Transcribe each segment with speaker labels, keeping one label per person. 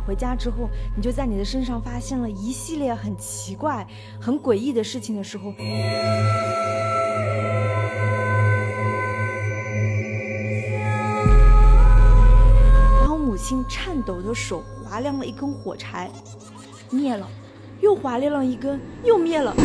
Speaker 1: 回家之后，你就在你的身上发现了一系列很奇怪很诡异的事情的时候，然后母亲颤抖的手划亮了一根火柴，灭了，又划亮了一根，又灭了。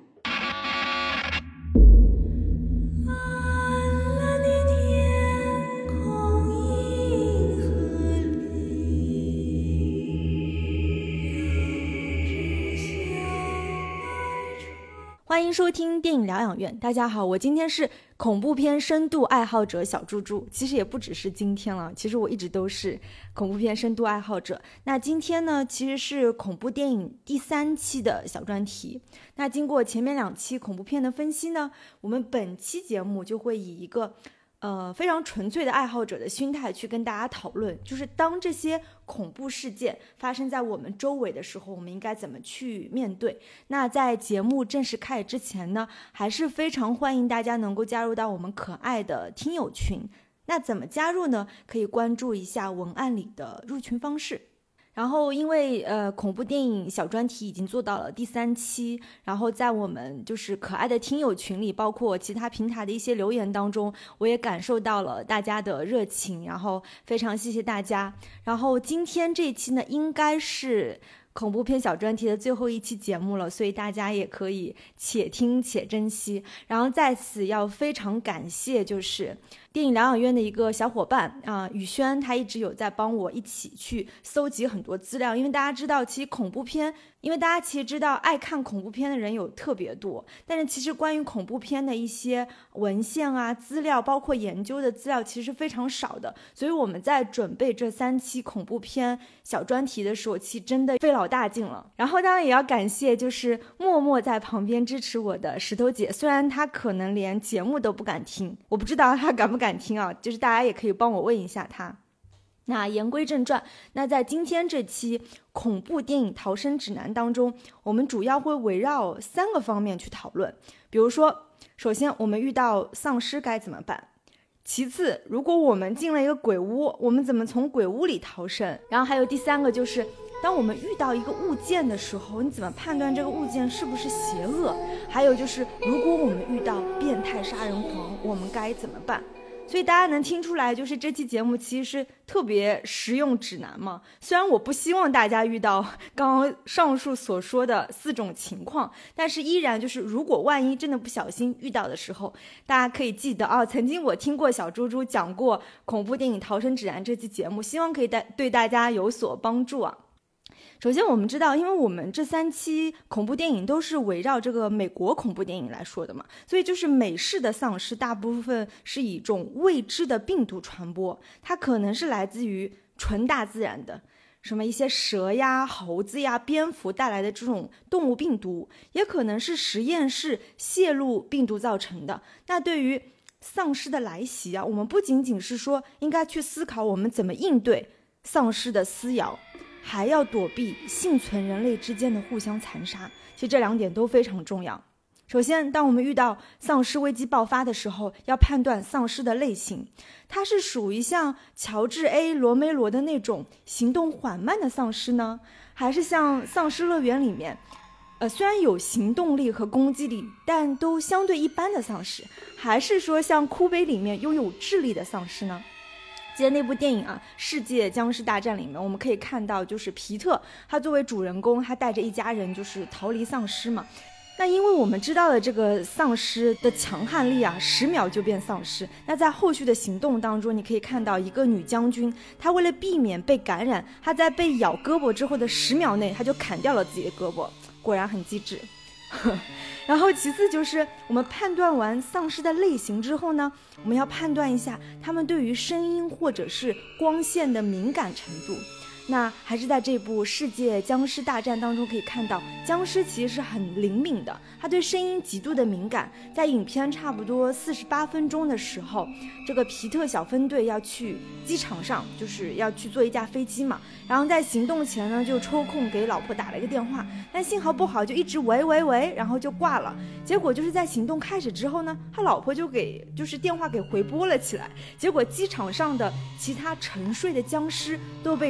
Speaker 1: 欢迎收听电影疗养院，大家好，我今天是恐怖片深度爱好者小猪猪，其实也不只是今天了，其实我一直都是恐怖片深度爱好者。那今天呢，其实是恐怖电影第3期的小专题。那经过前面2期恐怖片的分析呢，我们本期节目就会以一个非常纯粹的爱好者的心态去跟大家讨论，就是当这些恐怖事件发生在我们周围的时候，我们应该怎么去面对。那在节目正式开始之前呢，还是非常欢迎大家能够加入到我们可爱的听友群。那怎么加入呢？可以关注一下文案里的入群方式。然后因为恐怖电影小专题已经做到了第3期，然后在我们就是可爱的听友群里，包括其他平台的一些留言当中，我也感受到了大家的热情，然后非常谢谢大家。然后今天这一期呢，应该是恐怖片小专题的最后一期节目了，所以大家也可以且听且珍惜。然后在此要非常感谢就是电影疗养院的一个小伙伴宇轩，他一直有在帮我一起去搜集很多资料，因为大家知道其实恐怖片，因为大家其实知道爱看恐怖片的人有特别多，但是其实关于恐怖片的一些文献资料包括研究的资料其实非常少的，所以我们在准备这3期恐怖片小专题的时候，其实真的费老大劲了。然后当然也要感谢就是默默在旁边支持我的石头姐，虽然她可能连节目都不敢听，我不知道她敢不敢听啊，就是大家也可以帮我问一下她。那言归正传，那在今天这期恐怖电影逃生指南当中，我们主要会围绕3个方面去讨论。比如说，首先我们遇到丧尸该怎么办？其次，如果我们进了一个鬼屋，我们怎么从鬼屋里逃生？然后还有第3个，就是当我们遇到一个物件的时候，你怎么判断这个物件是不是邪恶？还有就是如果我们遇到变态杀人狂，我们该怎么办？所以大家能听出来，就是这期节目其实是特别实用指南嘛。虽然我不希望大家遇到刚刚上述所说的4种情况，但是依然就是如果万一真的不小心遇到的时候，大家可以记得曾经我听过小猪猪讲过恐怖电影逃生指南这期节目，希望可以对大家有所帮助首先我们知道，因为我们这3期恐怖电影都是围绕这个美国恐怖电影来说的嘛，所以就是美式的丧尸大部分是以一种未知的病毒传播，它可能是来自于纯大自然的，什么一些蛇呀、猴子呀、蝙蝠带来的这种动物病毒，也可能是实验室泄露病毒造成的。那对于丧尸的来袭我们不仅仅是说应该去思考我们怎么应对丧尸的撕咬，还要躲避幸存人类之间的互相残杀，其实这2点都非常重要。首先，当我们遇到丧尸危机爆发的时候，要判断丧尸的类型，它是属于像乔治 A 罗梅罗的那种行动缓慢的丧尸呢，还是像丧尸乐园里面虽然有行动力和攻击力，但都相对一般的丧尸，还是说像哭悲里面拥有智力的丧尸呢？记得那部电影世界僵尸大战里面，我们可以看到就是皮特他作为主人公，他带着一家人就是逃离丧尸嘛。那因为我们知道了这个丧尸的强悍力10秒就变丧尸，那在后续的行动当中，你可以看到一个女将军，她为了避免被感染，她在被咬胳膊之后的10秒内，她就砍掉了自己的胳膊，果然很机智然后其次就是我们判断完丧尸的类型之后呢，我们要判断一下他们对于声音或者是光线的敏感程度。那还是在这部世界僵尸大战当中可以看到，僵尸其实是很灵敏的，他对声音极度的敏感。在影片差不多48分钟的时候，这个皮特小分队要去机场上，就是要去坐一架飞机嘛，然后在行动前呢就抽空给老婆打了一个电话，但幸好不好，就一直喂，然后就挂了。结果就是在行动开始之后呢，他老婆就是电话给回拨了起来，结果机场上的其他沉睡的僵尸都被这通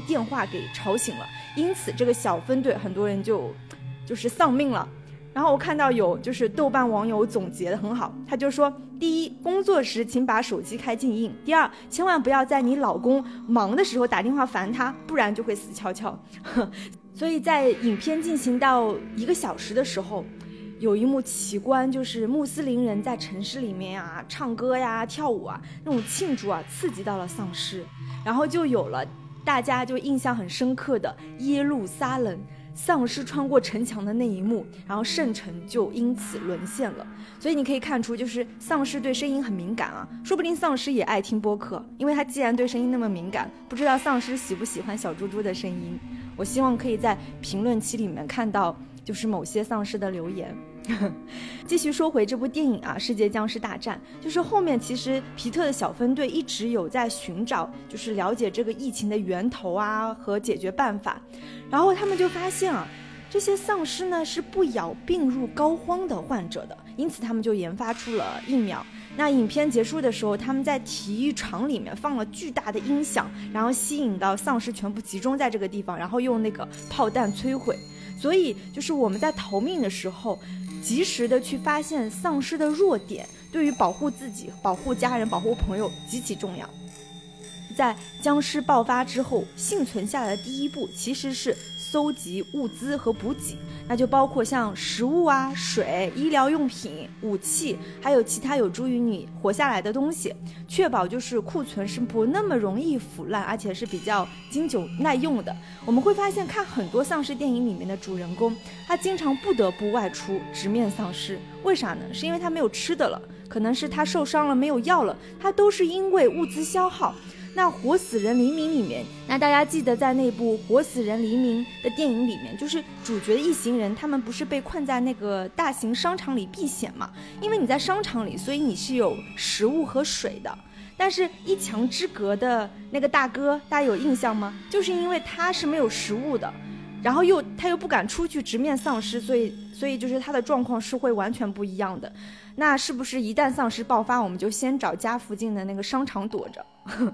Speaker 1: 电话给吵醒了，因此这个小分队很多人就是丧命了。然后我看到有就是豆瓣网友总结的很好，他就说，第一，工作时请把手机开静音；第二，千万不要在你老公忙的时候打电话烦他，不然就会死翘翘。所以在影片进行到1个小时的时候，有一幕奇观，就是穆斯林人在城市里面啊唱歌呀跳舞啊，那种庆祝啊刺激到了丧尸，然后就有了大家就印象很深刻的耶路撒冷丧尸穿过城墙的那一幕，然后圣城就因此沦陷了。所以你可以看出，就是丧尸对声音很敏感啊，说不定丧尸也爱听播客，因为他既然对声音那么敏感，不知道丧尸喜不喜欢小猪猪的声音。我希望可以在评论区里面看到就是某些丧尸的留言。继续说回这部电影啊，世界僵尸大战，就是后面其实皮特的小分队一直有在寻找，就是了解这个疫情的源头啊和解决办法。然后他们就发现啊，这些丧尸呢是不咬病入膏肓的患者的，因此他们就研发出了疫苗。那影片结束的时候，他们在体育场里面放了巨大的音响，然后吸引到丧尸全部集中在这个地方，然后用那个炮弹摧毁。所以就是我们在逃命的时候，及时的去发现丧尸的弱点，对于保护自己、保护家人、保护朋友极其重要。在僵尸爆发之后，幸存下来的第一步其实是搜集物资和补给，那就包括像食物啊、水、医疗用品、武器，还有其他有助于你活下来的东西，确保就是库存是不那么容易腐烂，而且是比较经久耐用的。我们会发现看很多丧尸电影里面的主人公，他经常不得不外出直面丧尸，为啥呢？是因为他没有吃的了，可能是他受伤了没有药了，他都是因为物资消耗。那活死人黎明里面，那大家记得在那部活死人黎明的电影里面，就是主角的一行人，他们不是被困在那个大型商场里避险嘛？因为你在商场里，所以你是有食物和水的。但是一墙之隔的那个大哥，大家有印象吗？就是因为他是没有食物的，然后他又不敢出去直面丧尸，所以就是他的状况是会完全不一样的。那是不是一旦丧尸爆发，我们就先找家附近的那个商场躲着？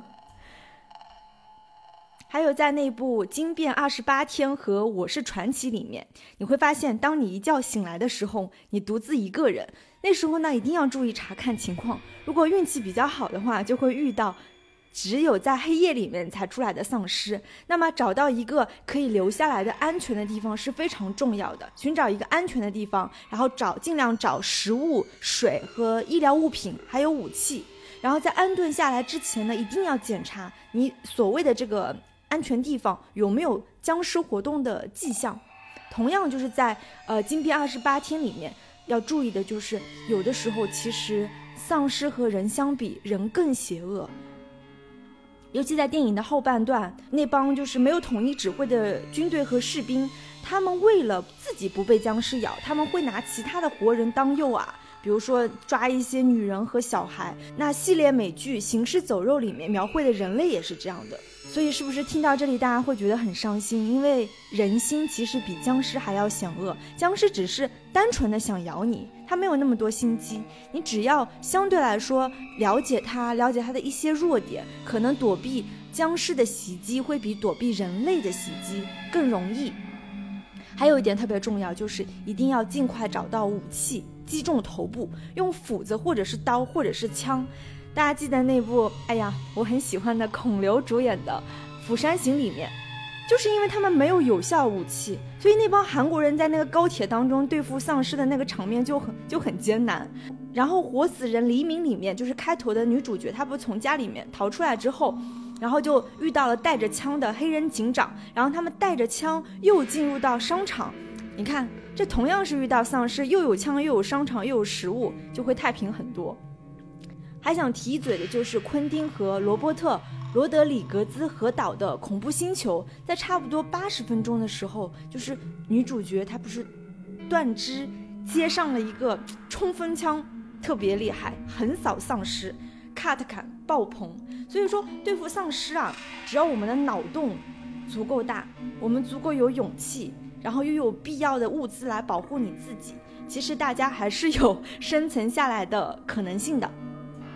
Speaker 1: 还有在那部《惊变28天》和《我是传奇》里面，你会发现当你一觉醒来的时候，你独自一个人，那时候呢一定要注意查看情况，如果运气比较好的话，就会遇到只有在黑夜里面才出来的丧尸。那么找到一个可以留下来的安全的地方是非常重要的，寻找一个安全的地方，然后尽量找食物、水和医疗物品还有武器，然后在安顿下来之前呢，一定要检查你所谓的这个安全地方有没有僵尸活动的迹象。同样就是在惊变28天里面要注意的就是，有的时候其实丧尸和人相比，人更邪恶。尤其在电影的后半段，那帮就是没有统一指挥的军队和士兵，他们为了自己不被僵尸咬，他们会拿其他的活人当诱饵，比如说抓一些女人和小孩。那系列美剧《行尸走肉》里面描绘的人类也是这样的。所以是不是听到这里大家会觉得很伤心？因为人心其实比僵尸还要险恶，僵尸只是单纯的想咬你，他没有那么多心机，你只要相对来说了解他的一些弱点，可能躲避僵尸的袭击会比躲避人类的袭击更容易。还有一点特别重要，就是一定要尽快找到武器，击中头部，用斧子或者是刀或者是枪。大家记得那部我很喜欢的孔刘主演的《釜山行》里面，就是因为他们没有有效武器，所以那帮韩国人在那个高铁当中对付丧尸的那个场面就很艰难。然后活死人黎明里面，就是开头的女主角，她不是从家里面逃出来之后，然后就遇到了带着枪的黑人警长，然后他们带着枪又进入到商场。你看，这同样是遇到丧尸，又有枪又有商场又有食物，就会太平很多。还想提一嘴的就是昆汀和罗伯特·罗德里格兹合导的《恐怖星球》，在差不多80分钟的时候，就是女主角她不是断肢接上了一个冲锋枪，特别厉害，横扫丧尸，砍爆棚。所以说对付丧尸啊，只要我们的脑洞足够大，我们足够有勇气，然后又有必要的物资来保护你自己，其实大家还是有生存下来的可能性的。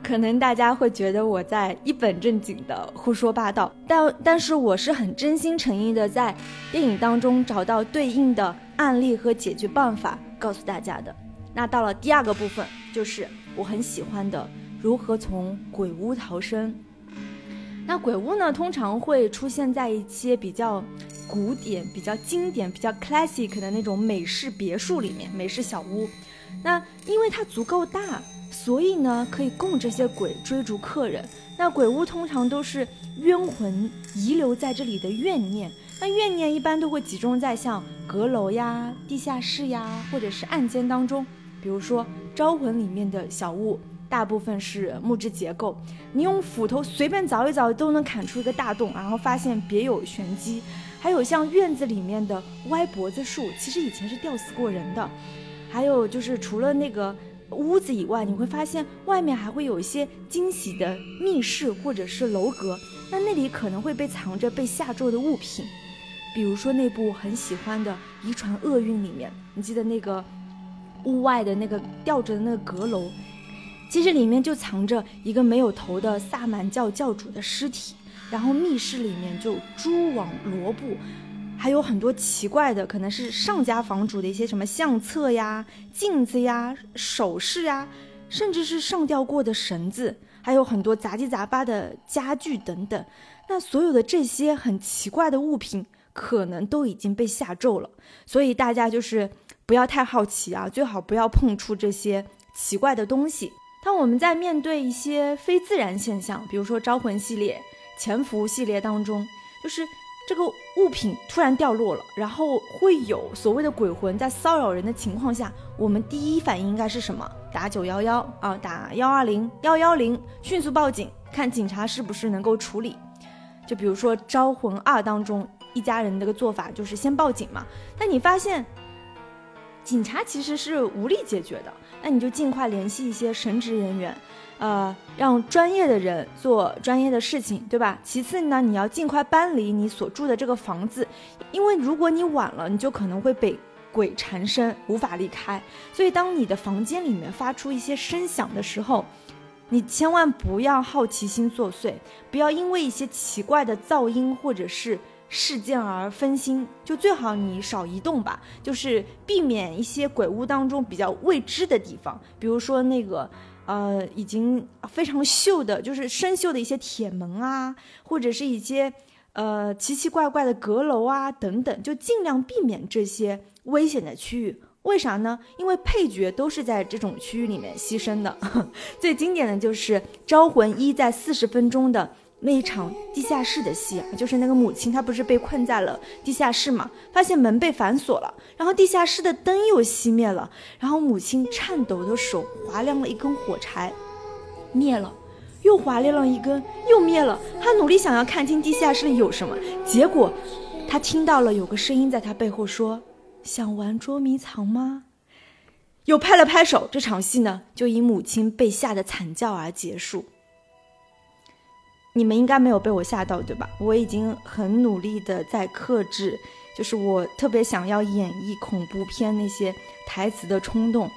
Speaker 1: 可能大家会觉得我在一本正经的胡说八道，但是我是很真心诚意的在电影当中找到对应的案例和解决办法告诉大家的。那到了第二个部分，就是我很喜欢的如何从鬼屋逃生。那鬼屋呢，通常会出现在一些比较古典、比较经典、比较 classic 的那种美式别墅里面，美式小屋。那因为它足够大，所以呢可以供这些鬼追逐客人。那鬼屋通常都是冤魂遗留在这里的怨念，那怨念一般都会集中在像阁楼呀、地下室呀，或者是暗间当中。比如说招魂里面的小屋大部分是木质结构，你用斧头随便凿一凿都能砍出一个大洞，然后发现别有玄机。还有像院子里面的歪脖子树，其实以前是吊死过人的。还有就是除了那个屋子以外，你会发现外面还会有一些惊喜的密室或者是楼阁，那里可能会被藏着被下咒的物品。比如说那部很喜欢的《遗传厄运》里面，你记得那个屋外的那个吊着的那个阁楼，其实里面就藏着一个没有头的萨满教教主的尸体，然后密室里面就蛛网罗布，还有很多奇怪的，可能是上家房主的一些什么相册呀、镜子呀、首饰呀，甚至是上吊过的绳子，还有很多杂七杂八的家具等等。那所有的这些很奇怪的物品可能都已经被下咒了，所以大家就是不要太好奇啊，最好不要碰触这些奇怪的东西。当我们在面对一些非自然现象，比如说招魂系列、潜伏系列当中，就是这个物品突然掉落了，然后会有所谓的鬼魂在骚扰人的情况下，我们第一反应应该是什么？打911啊，打120、110，迅速报警，看警察是不是能够处理。就比如说《招魂2》当中，一家人那个做法就是先报警嘛，但你发现警察其实是无力解决的，那你就尽快联系一些神职人员，让专业的人做专业的事情，对吧？其次呢，你要尽快搬离你所住的这个房子，因为如果你晚了，你就可能会被鬼缠身，无法离开。所以当你的房间里面发出一些声响的时候，你千万不要好奇心作祟，不要因为一些奇怪的噪音或者是事件而分心，就最好你少移动吧，就是避免一些鬼屋当中比较未知的地方，比如说那个已经非常锈的，就是生锈的一些铁门啊，或者是一些奇奇怪怪的阁楼啊等等，就尽量避免这些危险的区域。为啥呢？因为配角都是在这种区域里面牺牲的。最经典的就是《招魂1》在40分钟的那一场地下室的戏啊，就是那个母亲她不是被困在了地下室嘛，发现门被反锁了，然后地下室的灯又熄灭了，然后母亲颤抖的手划亮了一根火柴，灭了，又划亮了一根，又灭了。她努力想要看清地下室里有什么，结果她听到了有个声音在她背后说：“想玩捉迷藏吗？”又拍了拍手，这场戏呢就以母亲被吓得惨叫而结束。你们应该没有被我吓到，对吧？我已经很努力的在克制，就是我特别想要演绎恐怖片那些台词的冲动。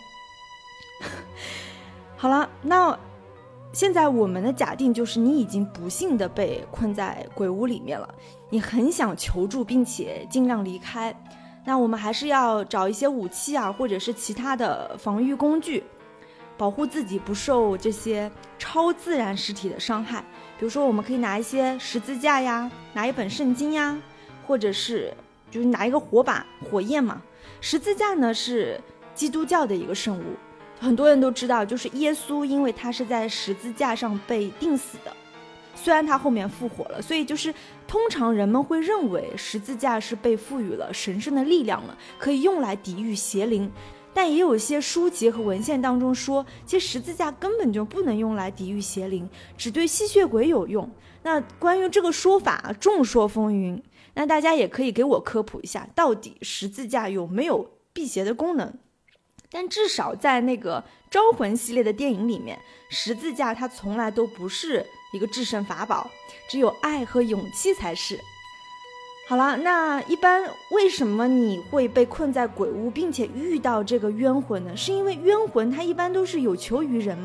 Speaker 1: 好了，那现在我们的假定就是你已经不幸的被困在鬼屋里面了，你很想求助并且尽量离开，那我们还是要找一些武器啊，或者是其他的防御工具，保护自己不受这些超自然实体的伤害。比如说我们可以拿一些十字架呀，拿一本圣经呀，或者是就是拿一个火把火焰嘛。十字架呢是基督教的一个圣物，很多人都知道，就是耶稣因为他是在十字架上被钉死的，虽然他后面复活了，所以就是通常人们会认为十字架是被赋予了神圣的力量了，可以用来抵御邪灵。但也有一些书籍和文献当中说，其实十字架根本就不能用来抵御邪灵，只对吸血鬼有用。那关于这个说法众说纷纭，那大家也可以给我科普一下，到底十字架有没有辟邪的功能。但至少在那个招魂系列的电影里面，十字架它从来都不是一个制胜法宝，只有爱和勇气才是。好了，那一般为什么你会被困在鬼屋并且遇到这个冤魂呢？是因为冤魂它一般都是有求于人嘛，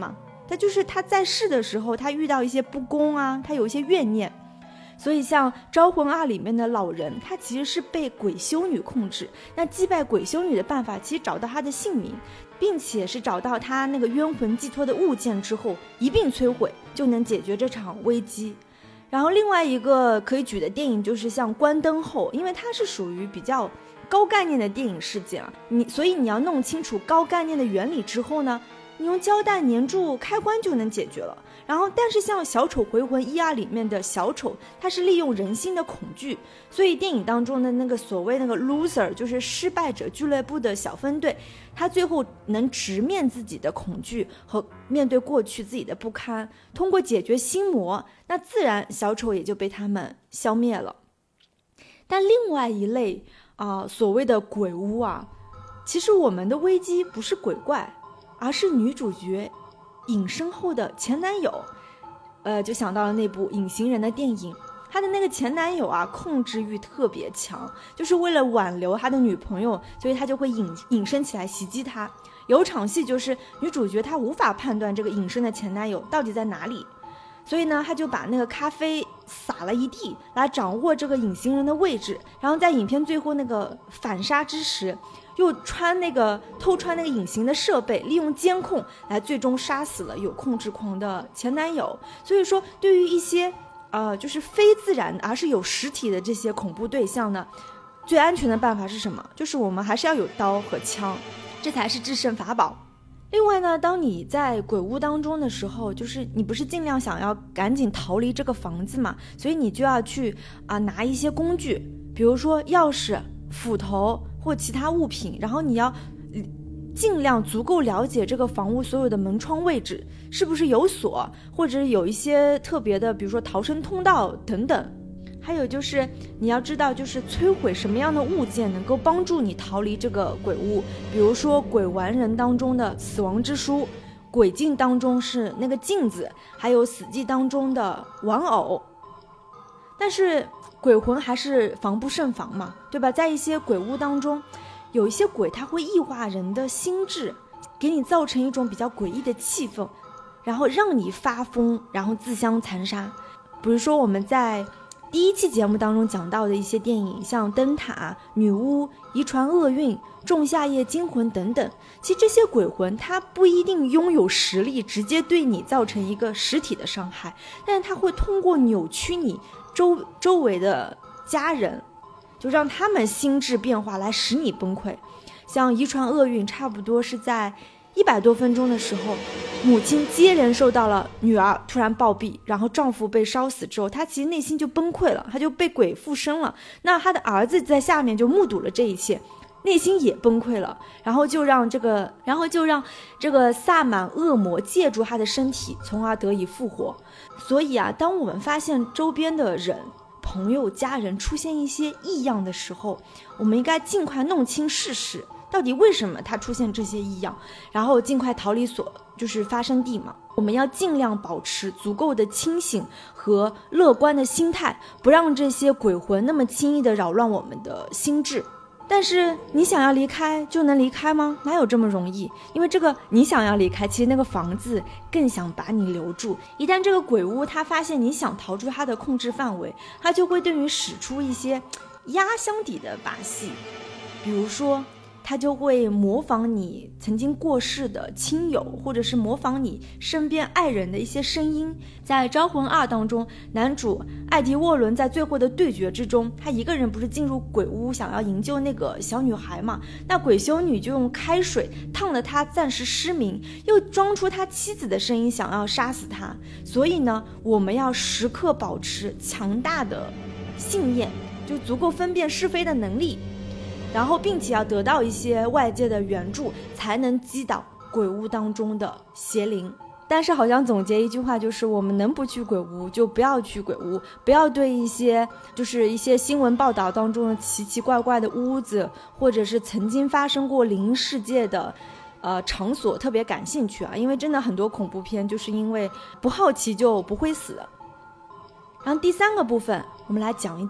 Speaker 1: 他在世的时候他遇到一些不公啊，他有一些怨念。所以像《招魂2》里面的老人，他其实是被鬼修女控制，那击败鬼修女的办法其实找到他的姓名，并且是找到他那个冤魂寄托的物件之后一并摧毁，就能解决这场危机。然后另外一个可以举的电影就是像《关灯后》，因为它是属于比较高概念的电影事件啊，所以你要弄清楚高概念的原理之后呢，你用胶带粘住开关就能解决了。然后但是像《小丑回魂1》里面的小丑，他是利用人心的恐惧，所以电影当中的那个所谓那个 loser 就是失败者俱乐部的小分队，他最后能直面自己的恐惧和面对过去自己的不堪，通过解决心魔，那自然小丑也就被他们消灭了。但另外一类所谓的鬼屋啊，其实我们的危机不是鬼怪，而是女主角隐身后的前男友。就想到了那部《隐形人》的电影，他的那个前男友啊，控制欲特别强，就是为了挽留他的女朋友，所以他就会隐身起来袭击他。有场戏就是女主角她无法判断这个隐身的前男友到底在哪里，所以呢，他就把那个咖啡洒了一地，来掌握这个隐形人的位置，然后在影片最后那个反杀之时，又偷穿那个隐形的设备，利用监控来最终杀死了有控制狂的前男友。所以说，对于一些就是非自然而是有实体的这些恐怖对象呢，最安全的办法是什么？就是我们还是要有刀和枪，这才是制胜法宝。另外呢，当你在鬼屋当中的时候，就是你不是尽量想要赶紧逃离这个房子嘛，所以你就要去拿一些工具，比如说钥匙、斧头或其他物品，然后你要尽量足够了解这个房屋所有的门窗位置是不是有锁，或者有一些特别的，比如说逃生通道等等。还有就是你要知道，就是摧毁什么样的物件能够帮助你逃离这个鬼屋，比如说鬼玩人当中的死亡之书，鬼镜当中是那个镜子，还有死寂当中的玩偶。但是鬼魂还是防不胜防嘛，对吧？在一些鬼屋当中，有一些鬼它会异化人的心智，给你造成一种比较诡异的气氛，然后让你发疯，然后自相残杀。比如说我们在第1期节目当中讲到的一些电影，像灯塔、女巫、遗传厄运、仲夏夜惊魂等等，其实这些鬼魂它不一定拥有实力直接对你造成一个实体的伤害，但是它会通过扭曲你周围的家人，就让他们心智变化来使你崩溃。像遗传厄运差不多是在100多分钟的时候，母亲接连受到了女儿突然暴毙，然后丈夫被烧死之后，她其实内心就崩溃了，她就被鬼附身了。那她的儿子在下面就目睹了这一切，内心也崩溃了，然后就让这个萨满恶魔借助他的身体，从而得以复活。所以当我们发现周边的人、朋友、家人出现一些异样的时候，我们应该尽快弄清事实，到底为什么他出现这些异样，然后尽快逃离就是发生地嘛。我们要尽量保持足够的清醒和乐观的心态，不让这些鬼魂那么轻易的扰乱我们的心智。但是你想要离开就能离开吗？哪有这么容易？因为这个你想要离开，其实那个房子更想把你留住。一旦这个鬼屋它发现你想逃出它的控制范围，它就会对你使出一些压箱底的把戏。比如说他就会模仿你曾经过世的亲友，或者是模仿你身边爱人的一些声音。在《招魂2》当中，男主艾迪沃伦在最后的对决之中，他一个人不是进入鬼屋想要营救那个小女孩嘛？那鬼修女就用开水烫了他暂时失明，又装出他妻子的声音想要杀死他。所以呢，我们要时刻保持强大的信念，就足够分辨是非的能力，然后并且要得到一些外界的援助，才能击倒鬼屋当中的邪灵。但是好像总结一句话，就是我们能不去鬼屋就不要去鬼屋，不要对一些新闻报道当中的奇奇怪怪的屋子，或者是曾经发生过灵异事件的场所特别感兴趣啊。因为真的很多恐怖片就是因为不好奇就不会死。然后第3个部分我们来讲一讲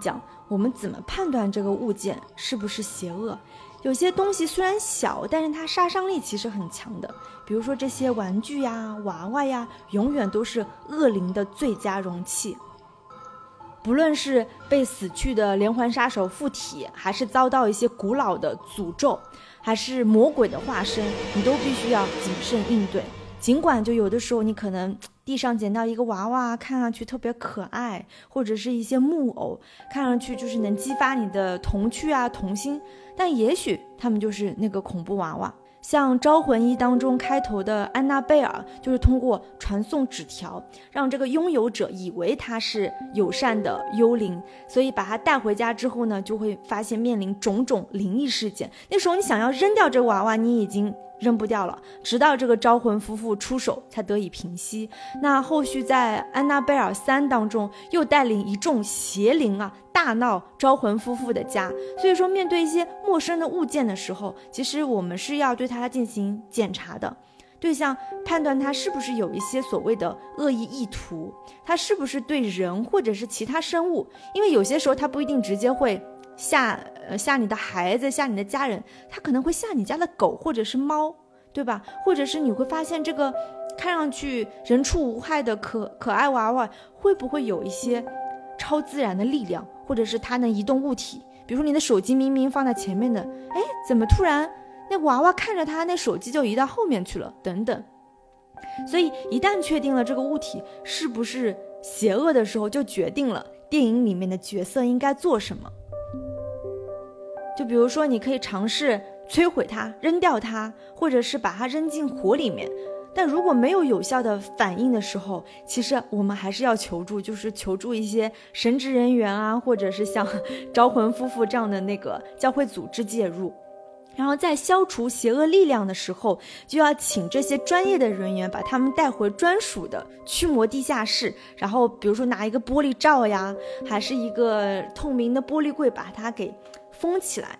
Speaker 1: 我们怎么判断这个物件是不是邪恶？有些东西虽然小，但是它杀伤力其实很强的，比如说这些玩具呀、娃娃呀，永远都是恶灵的最佳容器。不论是被死去的连环杀手附体，还是遭到一些古老的诅咒，还是魔鬼的化身，你都必须要谨慎应对。尽管就有的时候你可能地上捡到一个娃娃，看上去特别可爱，或者是一些木偶，看上去就是能激发你的童趣啊、童心，但也许他们就是那个恐怖娃娃。像《招魂一》当中开头的安娜贝尔，就是通过传送纸条，让这个拥有者以为他是友善的幽灵，所以把他带回家之后呢，就会发现面临种种灵异事件。那时候你想要扔掉这个娃娃，你已经扔不掉了，直到这个招魂夫妇出手才得以平息。那后续在安娜贝尔3当中又带领一众邪灵大闹招魂夫妇的家。所以说面对一些陌生的物件的时候，其实我们是要对它进行检查的，对象判断它是不是有一些所谓的恶意意图，它是不是对人或者是其他生物，因为有些时候它不一定直接会吓你的孩子，吓你的家人，它可能会吓你家的狗或者是猫，对吧？或者是你会发现这个看上去人畜无害的可爱娃娃会不会有一些超自然的力量，或者是它能移动物体。比如说你的手机明明放在前面的，怎么突然那娃娃看着它，那手机就移到后面去了等等。所以一旦确定了这个物体是不是邪恶的时候，就决定了电影里面的角色应该做什么。就比如说你可以尝试摧毁它，扔掉它，或者是把它扔进火里面。但如果没有有效的反应的时候，其实我们还是要求助，就是求助一些神职人员啊，或者是像招魂夫妇这样的那个教会组织介入。然后在消除邪恶力量的时候，就要请这些专业的人员把他们带回专属的驱魔地下室，然后比如说拿一个玻璃罩呀，还是一个透明的玻璃柜把它给封起来。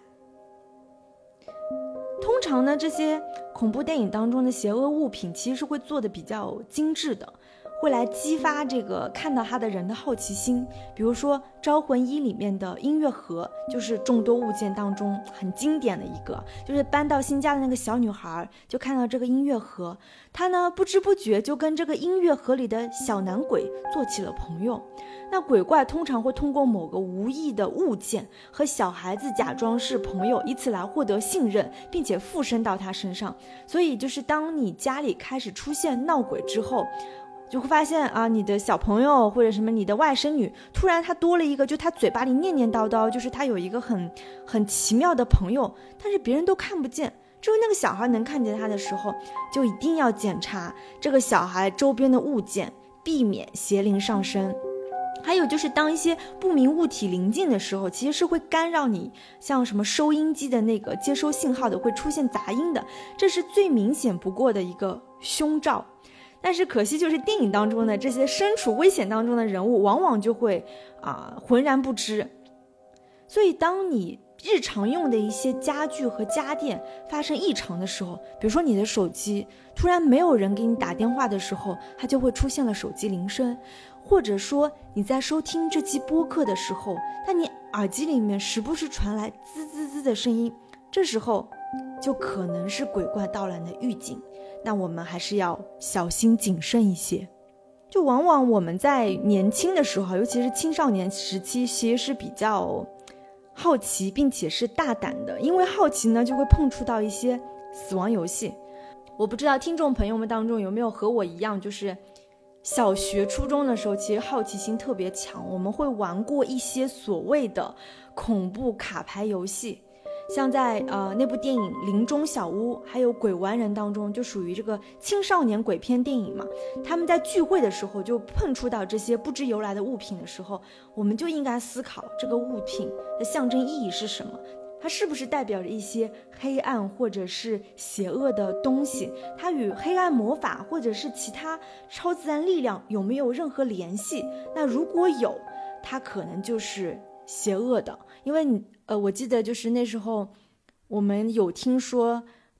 Speaker 1: 通常呢，这些恐怖电影当中的邪恶物品其实是会做的比较精致的，会来激发这个看到它的人的好奇心。比如说《招魂一》里面的音乐盒，就是众多物件当中很经典的一个，就是搬到新家的那个小女孩就看到这个音乐盒，她呢不知不觉就跟这个音乐盒里的小男鬼做起了朋友。那鬼怪通常会通过某个无意的物件和小孩子假装是朋友，以此来获得信任，并且附身到他身上。所以就是当你家里开始出现闹鬼之后，就会发现你的小朋友或者什么你的外甥女，突然他多了一个，就他嘴巴里念念叨叨，就是他有一个很奇妙的朋友，但是别人都看不见，只有那个小孩能看见他的时候，就一定要检查这个小孩周边的物件，避免邪灵上身。还有就是当一些不明物体临近的时候，其实是会干扰你，像什么收音机的那个接收信号的，会出现杂音的，这是最明显不过的一个凶兆。但是可惜就是电影当中的这些身处危险当中的人物往往就会浑然不知。所以当你日常用的一些家具和家电发生异常的时候，比如说你的手机突然没有人给你打电话的时候，它就会出现了手机铃声，或者说你在收听这期播客的时候，但你耳机里面时不时传来滋滋滋的声音，这时候就可能是鬼怪到来的预警。那我们还是要小心谨慎一些。就往往我们在年轻的时候，尤其是青少年时期，其实是比较好奇并且是大胆的，因为好奇呢就会碰触到一些死亡游戏。我不知道听众朋友们当中有没有和我一样，就是小学初中的时候其实好奇心特别强，我们会玩过一些所谓的恐怖卡牌游戏，像在那部电影《林中小屋》还有《鬼玩人》当中，就属于这个青少年鬼片电影嘛。他们在聚会的时候就碰触到这些不知由来的物品的时候，我们就应该思考这个物品的象征意义是什么，它是不是代表着一些黑暗或者是邪恶的东西，它与黑暗魔法或者是其他超自然力量有没有任何联系。那如果有，它可能就是邪恶的。因为我记得就是那时候我们有听说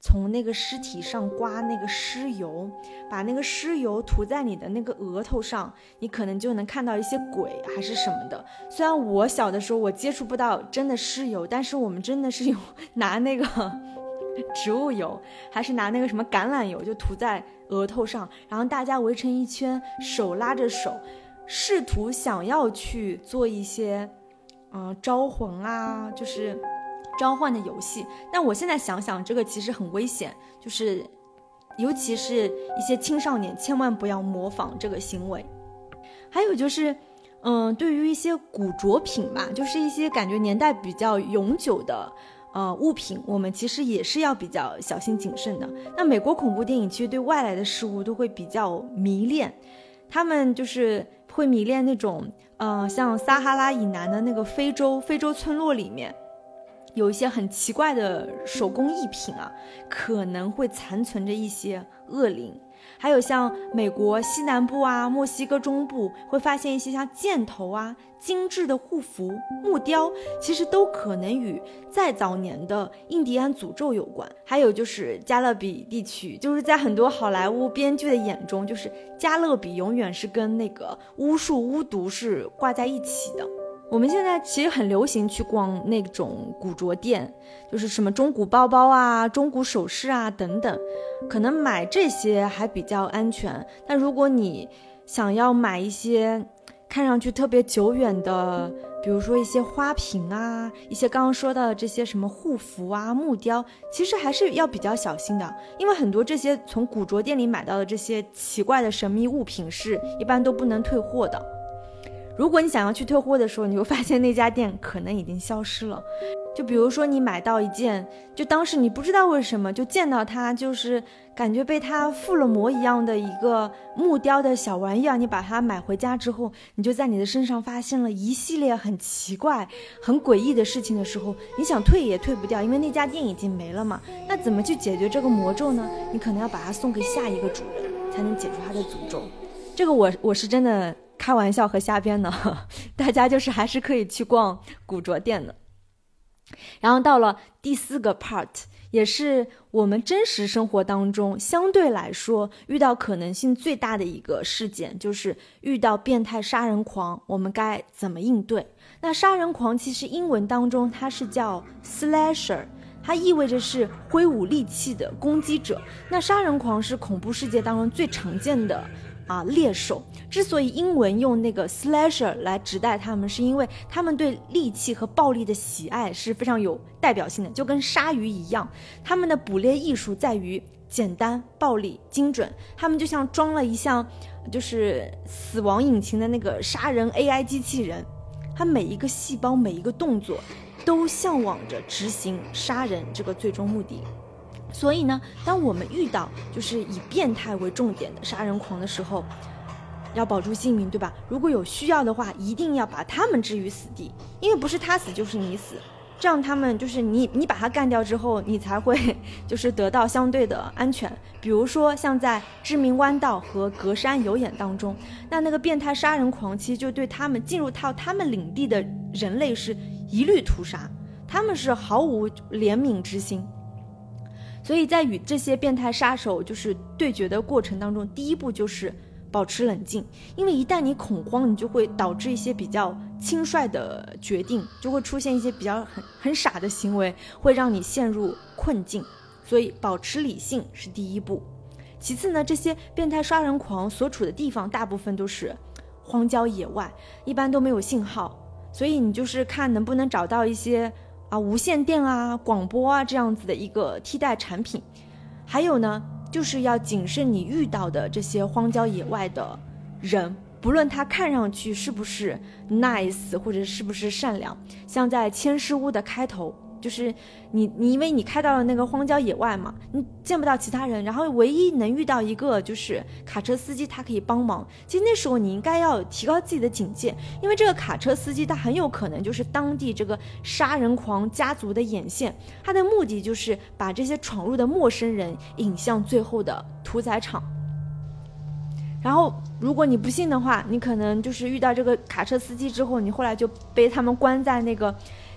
Speaker 1: 从那个尸体上刮那个尸油，把那个尸油涂在你的那个额头上，你可能就能看到一些鬼还是什么的。虽然我小的时候我接触不到真的尸油，但是我们真的是有拿那个植物油，还是拿那个什么橄榄油就涂在额头上，然后大家围成一圈，手拉着手，试图想要去做一些招魂啊，就是召唤的游戏。但我现在想想，这个其实很危险，就是尤其是一些青少年千万不要模仿这个行为。还有就是对于一些古着品吧，就是一些感觉年代比较永久的物品，我们其实也是要比较小心谨慎的。那美国恐怖电影其实对外来的事物都会比较迷恋，他们就是会迷恋那种像撒哈拉以南的那个非洲村落里面有一些很奇怪的手工艺品啊，可能会残存着一些恶灵。还有像美国西南部啊、墨西哥中部会发现一些像箭头啊、精致的护符、木雕，其实都可能与再早年的印第安诅咒有关。还有就是加勒比地区，就是在很多好莱坞编剧的眼中，就是加勒比永远是跟那个巫术巫毒是挂在一起的。我们现在其实很流行去逛那种古着店，就是什么中古包包啊、中古首饰啊等等，可能买这些还比较安全。但如果你想要买一些看上去特别久远的，比如说一些花瓶啊，一些刚刚说的这些什么护符啊、木雕，其实还是要比较小心的，因为很多这些从古着店里买到的这些奇怪的神秘物品是一般都不能退货的。如果你想要去退货的时候，你会发现那家店可能已经消失了。就比如说你买到一件，就当时你不知道为什么就见到它，就是感觉被它附了魔一样的一个木雕的小玩意儿，你把它买回家之后，你就在你的身上发现了一系列很奇怪很诡异的事情的时候，你想退也退不掉，因为那家店已经没了嘛。那怎么去解决这个魔咒呢？你可能要把它送给下一个主人，才能解除它的诅咒。这个我是真的开玩笑和瞎编的，大家就是还是可以去逛古着店的。然后到了第4个 part， 也是我们真实生活当中相对来说遇到可能性最大的一个事件，就是遇到变态杀人狂，我们该怎么应对。那杀人狂其实英文当中它是叫 slasher，它意味着是挥舞利器的攻击者。那杀人狂是恐怖世界当中最常见的猎手。之所以英文用那个 slasher 来指代他们，是因为他们对利器和暴力的喜爱是非常有代表性的，就跟鲨鱼一样，他们的捕猎艺术在于简单、暴力、精准。他们就像装了一项就是死亡引擎的那个杀人 AI 机器人，他每一个细胞、每一个动作都向往着执行杀人这个最终目的。所以呢，当我们遇到就是以变态为重点的杀人狂的时候，要保住性命，对吧？如果有需要的话，一定要把他们置于死地，因为不是他死就是你死，这样他们就是你把他干掉之后，你才会就是得到相对的安全。比如说像在致命弯道和隔山有眼当中，那个变态杀人狂其实就对他们进入到他们领地的人类是一律屠杀，他们是毫无怜悯之心。所以在与这些变态杀手就是对决的过程当中，第一步就是保持冷静，因为一旦你恐慌，你就会导致一些比较轻率的决定，就会出现一些比较很傻的行为，会让你陷入困境。所以保持理性是第一步。其次呢，这些变态杀人狂所处的地方大部分都是荒郊野外，一般都没有信号，所以你就是看能不能找到一些无线电啊、广播啊这样子的一个替代产品。还有呢，就是要谨慎你遇到的这些荒郊野外的人，不论他看上去是不是 nice 或者是不是善良。像在千尸屋的开头，就是你因为你开到了那个荒郊野外嘛，你见不到其他人，然后唯一能遇到一个就是卡车司机，他可以帮忙。其实那时候你应该要提高自己的警戒，因为这个卡车司机他很有可能就是当地这个杀人狂家族的眼线，他的目的就是把这些闯入的陌生人引向最后的屠宰场。然后如果你不信的话，你可能就是遇到这个卡车司机之后，你后来就被他们关在那个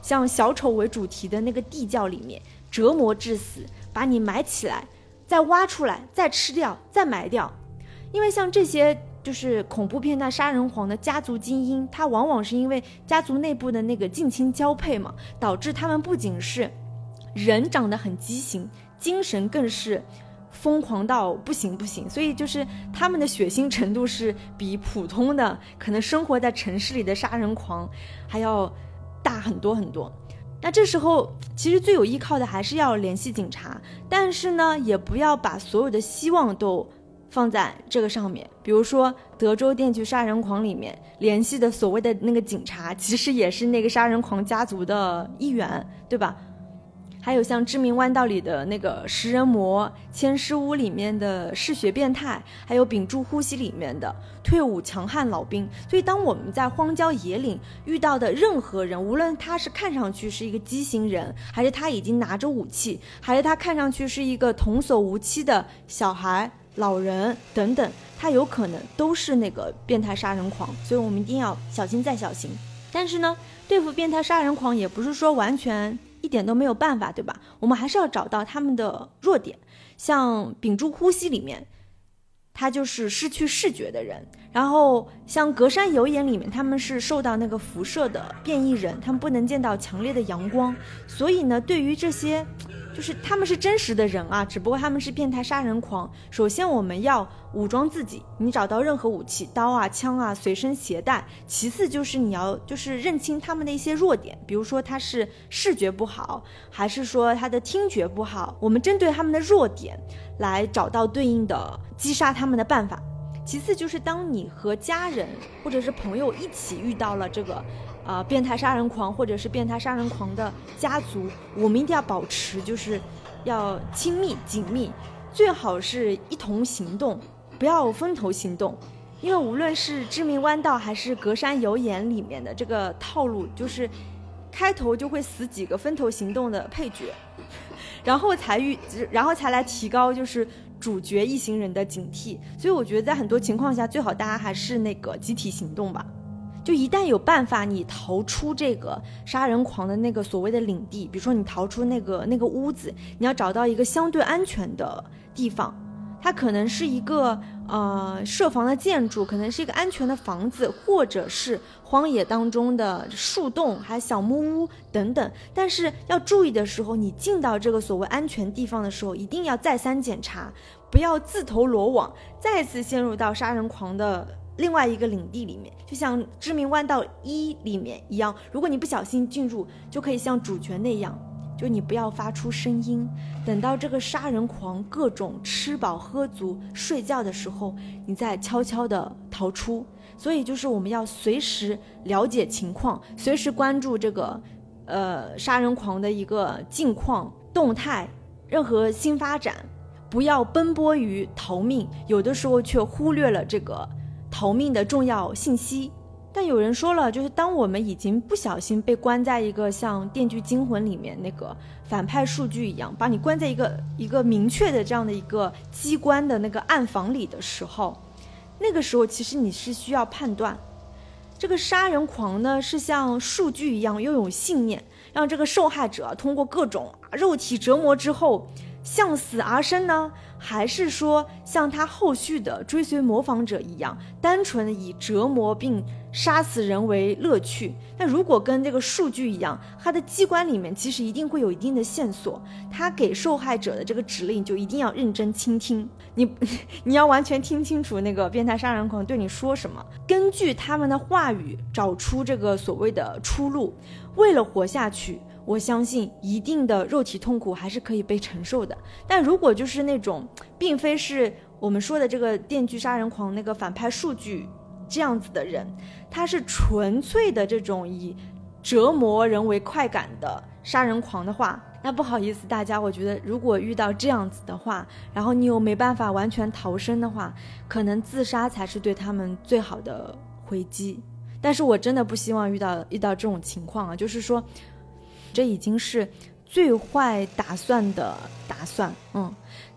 Speaker 1: 像小丑为主题的那个地窖里面折磨致死，把你埋起来，再挖出来，再吃掉，再埋掉。因为像这些就是恐怖片段杀人狂的家族精英，他往往是因为家族内部的那个近亲交配嘛，导致他们不仅是人长得很畸形，精神更是疯狂到不行，所以就是他们的血腥程度是比普通的可能生活在城市里的杀人狂还要大很多很多。那这时候其实最有依靠的还是要联系警察，但是呢也不要把所有的希望都放在这个上面。比如说德州电锯杀人狂里面联系的所谓的那个警察，其实也是那个杀人狂家族的一员，对吧？还有像致命弯道里的那个食人魔，千尸屋里面的嗜血变态，还有屏住呼吸里面的退伍强悍老兵。所以当我们在荒郊野岭遇到的任何人，无论他是看上去是一个畸形人，还是他已经拿着武器，还是他看上去是一个童叟无欺的小孩、老人等等，他有可能都是那个变态杀人狂。所以我们一定要小心再小心。但是呢，对付变态杀人狂也不是说完全一点都没有办法，对吧？我们还是要找到他们的弱点。像屏住呼吸里面，他就是失去视觉的人，然后像隔山有眼里面，他们是受到那个辐射的变异人，他们不能见到强烈的阳光。所以呢，对于这些就是他们是真实的人啊，只不过他们是变态杀人狂。首先我们要武装自己，你找到任何武器，刀啊枪啊随身携带。其次就是你要就是认清他们的一些弱点，比如说他是视觉不好，还是说他的听觉不好，我们针对他们的弱点来找到对应的击杀他们的办法。其次就是当你和家人或者是朋友一起遇到了这个变态杀人狂或者是变态杀人狂的家族，我们一定要保持就是要亲密紧密，最好是一同行动，不要分头行动。因为无论是致命弯道还是隔山有眼里面的这个套路，就是开头就会死几个分头行动的配角，然后才来提高就是主角一行人的警惕。所以我觉得在很多情况下最好大家还是那个集体行动吧。就一旦有办法你逃出这个杀人狂的那个所谓的领地，比如说你逃出那个屋子，你要找到一个相对安全的地方，它可能是一个设防的建筑，可能是一个安全的房子，或者是荒野当中的树洞还有小木屋等等。但是要注意的时候，你进到这个所谓安全地方的时候，一定要再三检查，不要自投罗网，再次陷入到杀人狂的另外一个领地里面。就像致命弯道1里面一样，如果你不小心进入，就可以像主角那样，就你不要发出声音，等到这个杀人狂各种吃饱喝足睡觉的时候，你再悄悄的逃出。所以就是我们要随时了解情况，随时关注这个杀人狂的一个近况动态，任何新发展，不要奔波于逃命，有的时候却忽略了这个逃命的重要信息。但有人说了，就是当我们已经不小心被关在一个像《电锯惊魂》里面那个反派数据一样，把你关在一个明确的这样的一个机关的那个暗房里的时候，那个时候其实你是需要判断，这个杀人狂呢是像数据一样拥有信念，让这个受害者通过各种肉体折磨之后向死而生呢，还是说像他后续的追随模仿者一样，单纯以折磨并杀死人为乐趣？那如果跟这个数据一样，他的机关里面其实一定会有一定的线索，他给受害者的这个指令就一定要认真倾听，你要完全听清楚那个变态杀人狂对你说什么，根据他们的话语找出这个所谓的出路。为了活下去，我相信一定的肉体痛苦还是可以被承受的。但如果就是那种并非是我们说的这个电锯杀人狂那个反派数据这样子的人，他是纯粹的这种以折磨人为快感的杀人狂的话，那不好意思大家，我觉得如果遇到这样子的话，然后你又没办法完全逃生的话，可能自杀才是对他们最好的回击。但是我真的不希望遇到这种情况啊，就是说这已经是最坏打算的打算。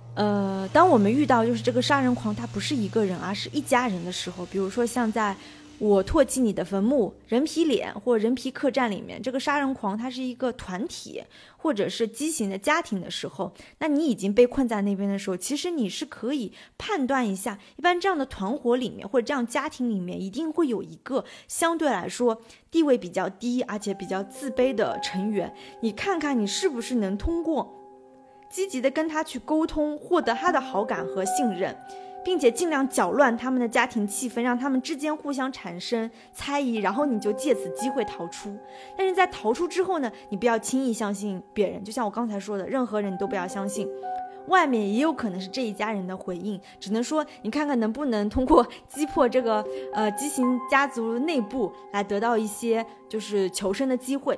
Speaker 1: 当我们遇到就是这个杀人狂他不是一个人而是一家人的时候，比如说像在我唾弃你的坟墓、人皮脸或人皮客栈里面，这个杀人狂他是一个团体或者是畸形的家庭的时候，那你已经被困在那边的时候，其实你是可以判断一下，一般这样的团伙里面或者这样家庭里面一定会有一个相对来说地位比较低而且比较自卑的成员，你看看你是不是能通过积极的跟他去沟通，获得他的好感和信任，并且尽量搅乱他们的家庭气氛，让他们之间互相产生猜疑，然后你就借此机会逃出。但是在逃出之后呢，你不要轻易相信别人，就像我刚才说的，任何人你都不要相信，外面也有可能是这一家人的回应，只能说你看看能不能通过击破这个畸形家族内部来得到一些就是求生的机会。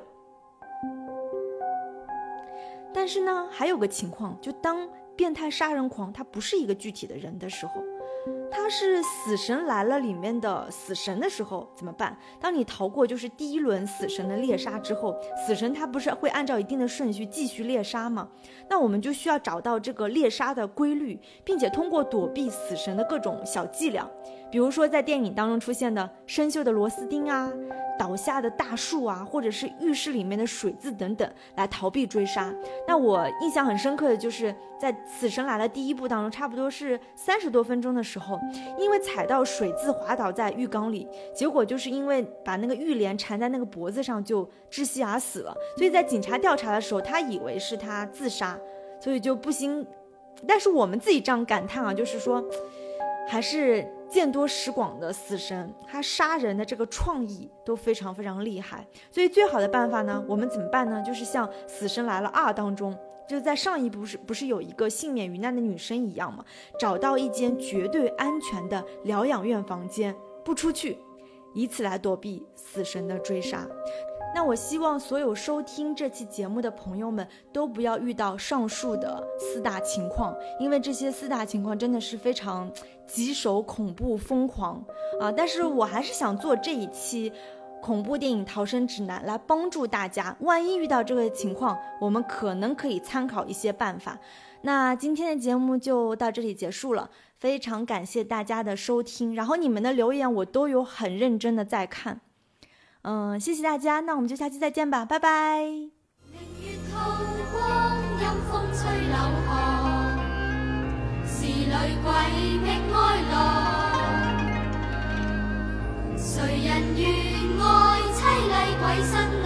Speaker 1: 但是呢，还有个情况，就当变态杀人狂他不是一个具体的人的时候，他是死神来了里面的死神的时候怎么办？当你逃过就是第一轮死神的猎杀之后，死神他不是会按照一定的顺序继续猎杀吗？那我们就需要找到这个猎杀的规律，并且通过躲避死神的各种小伎俩，比如说在电影当中出现的生锈的螺丝钉啊，倒下的大树啊，或者是浴室里面的水渍等等，来逃避追杀。那我印象很深刻的就是在死神来了第一部当中，差不多是30多分钟的时候，因为踩到水渍滑倒在浴缸里，结果就是因为把那个浴帘缠在那个脖子上就窒息而死了。所以在警察调查的时候，他以为是他自杀，所以就不行。但是我们自己这样感叹啊，就是说还是见多识广的死神，他杀人的这个创意都非常非常厉害。所以最好的办法呢，我们怎么办呢？就是像死神来了2当中，就在上一部不是有一个幸免于难的女生一样吗？找到一间绝对安全的疗养院房间，不出去，以此来躲避死神的追杀。那我希望所有收听这期节目的朋友们都不要遇到上述的4大情况，因为这些4大情况真的是非常棘手、恐怖、疯狂啊！但是我还是想做这一期恐怖电影逃生指南，来帮助大家，万一遇到这个情况，我们可能可以参考一些办法。那今天的节目就到这里结束了，非常感谢大家的收听，然后你们的留言我都有很认真的在看。谢谢大家，那我们就下期再见吧，拜拜。明月透光，阴風吹柳巷，時裏鬼僻哀樂，誰人願愛凄厲鬼身